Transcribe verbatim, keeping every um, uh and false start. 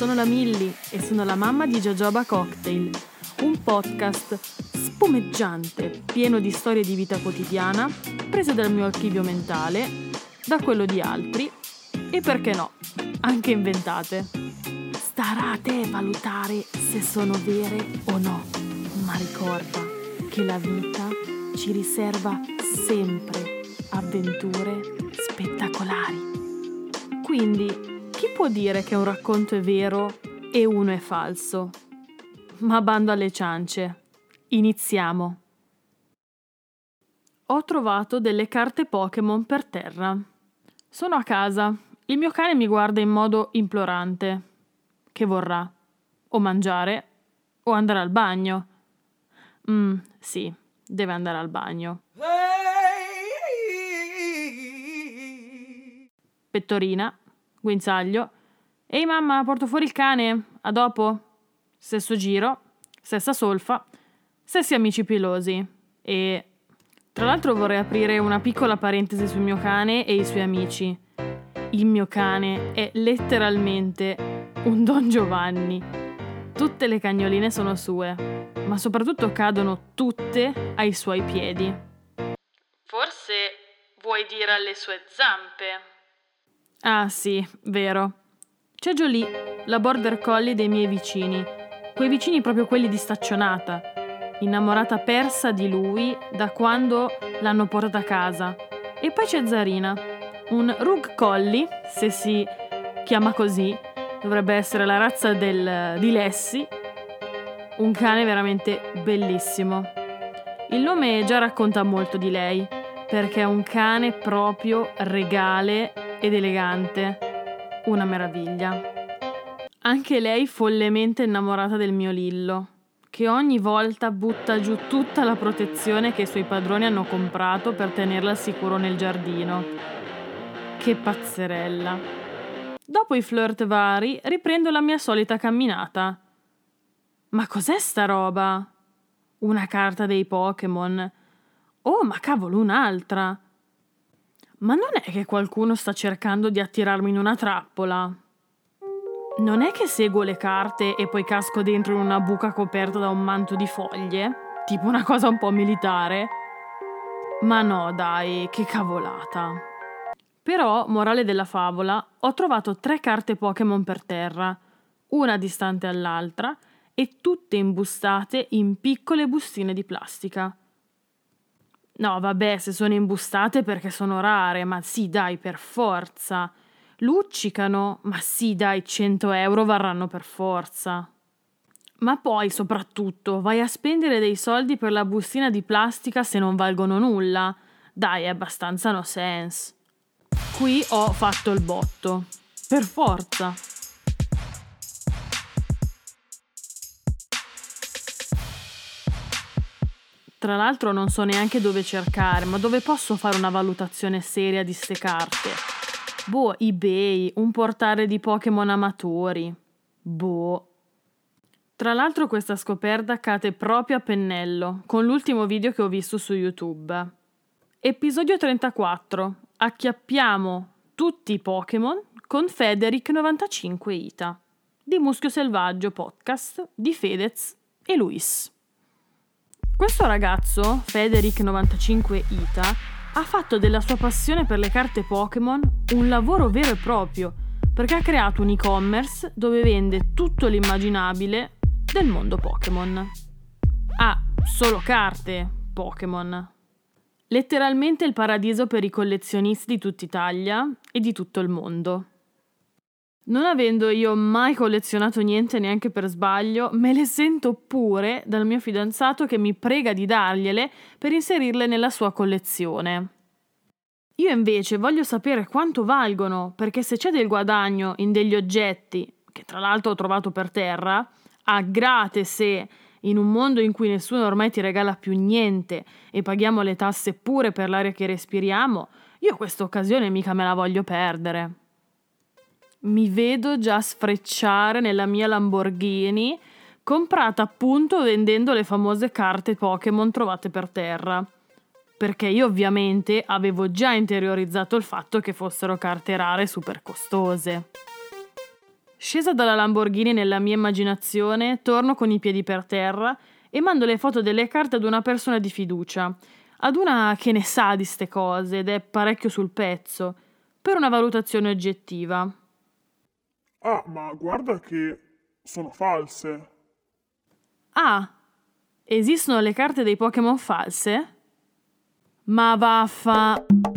sono la Milly e sono la mamma di Jojoba Cocktail, un podcast spumeggiante, pieno di storie di vita quotidiana, prese dal mio archivio mentale, da quello di altri e, perché no, anche inventate. Starà a te valutare se sono vere o no, ma ricorda che la vita ci riserva sempre avventure spettacolari. Quindi, chi può dire che un racconto è vero e uno è falso? Ma bando alle ciance. Iniziamo. Ho trovato delle carte Pokémon per terra. Sono a casa. Il mio cane mi guarda in modo implorante. Che vorrà? O mangiare o andare al bagno. Mm, sì, deve andare al bagno. Pettorina, guinzaglio. Ehi mamma, porto fuori il cane? A dopo? Stesso giro, stessa solfa, stessi amici pelosi. E tra l'altro vorrei aprire una piccola parentesi sul mio cane e i suoi amici. Il mio cane è letteralmente un Don Giovanni. Tutte le cagnoline sono sue, ma soprattutto cadono tutte ai suoi piedi. Forse vuoi dire alle sue zampe? Ah sì, vero. C'è Jolie, la border collie dei miei vicini. Quei vicini proprio quelli di staccionata. Innamorata persa di lui da quando l'hanno portata a casa. E poi c'è Zarina, un Rug Collie, se si chiama così, dovrebbe essere la razza del, di Lessi. Un cane veramente bellissimo. Il nome già racconta molto di lei, perché è un cane proprio regale ed elegante. Una meraviglia. Anche lei follemente innamorata del mio Lillo, che ogni volta butta giù tutta la protezione che i suoi padroni hanno comprato per tenerla al sicuro nel giardino. Che pazzerella. Dopo i flirt vari, riprendo la mia solita camminata. Ma cos'è sta roba? Una carta dei Pokémon. Oh, ma cavolo, un'altra. Ma non è che qualcuno sta cercando di attirarmi in una trappola? Non è che seguo le carte e poi casco dentro in una buca coperta da un manto di foglie? Tipo una cosa un po' militare? Ma no, dai, che cavolata. Però, morale della favola, ho trovato tre carte Pokémon per terra, una distante all'altra, e tutte imbustate in piccole bustine di plastica. No, vabbè, se sono imbustate perché sono rare, ma sì, dai, per forza. Luccicano, ma sì, dai, cento euro varranno per forza. Ma poi, soprattutto, vai a spendere dei soldi per la bustina di plastica se non valgono nulla. Dai, è abbastanza no sense. Qui ho fatto il botto. Per forza. Tra l'altro non so neanche dove cercare, ma dove posso fare una valutazione seria di ste carte? Boh, eBay, un portale di Pokémon amatori. Boh. Tra l'altro questa scoperta cade proprio a pennello, con l'ultimo video che ho visto su YouTube. Episodio trentaquattro. Acchiappiamo tutti i Pokémon con Federic novantacinque Ita. Di Muschio Selvaggio Podcast, di Fedez e Luis. Questo ragazzo, Federic novantacinque Ita, ha fatto della sua passione per le carte Pokémon un lavoro vero e proprio, perché ha creato un e-commerce dove vende tutto l'immaginabile del mondo Pokémon. Ha solo carte Pokémon. Letteralmente il paradiso per i collezionisti di tutta Italia e di tutto il mondo. Non avendo io mai collezionato niente neanche per sbaglio, me le sento pure dal mio fidanzato che mi prega di dargliele per inserirle nella sua collezione. Io invece voglio sapere quanto valgono, perché se c'è del guadagno in degli oggetti, che tra l'altro ho trovato per terra, a grate se, in un mondo in cui nessuno ormai ti regala più niente e paghiamo le tasse pure per l'aria che respiriamo, io questa occasione mica me la voglio perdere. Mi vedo già sfrecciare nella mia Lamborghini, comprata appunto vendendo le famose carte Pokémon trovate per terra. Perché io ovviamente avevo già interiorizzato il fatto che fossero carte rare super costose. Scesa dalla Lamborghini nella mia immaginazione, torno con i piedi per terra e mando le foto delle carte ad una persona di fiducia, ad una che ne sa di ste cose ed è parecchio sul pezzo, per una valutazione oggettiva. Ah, ma guarda che sono false. Ah, esistono le carte dei Pokémon false? Ma vaffa...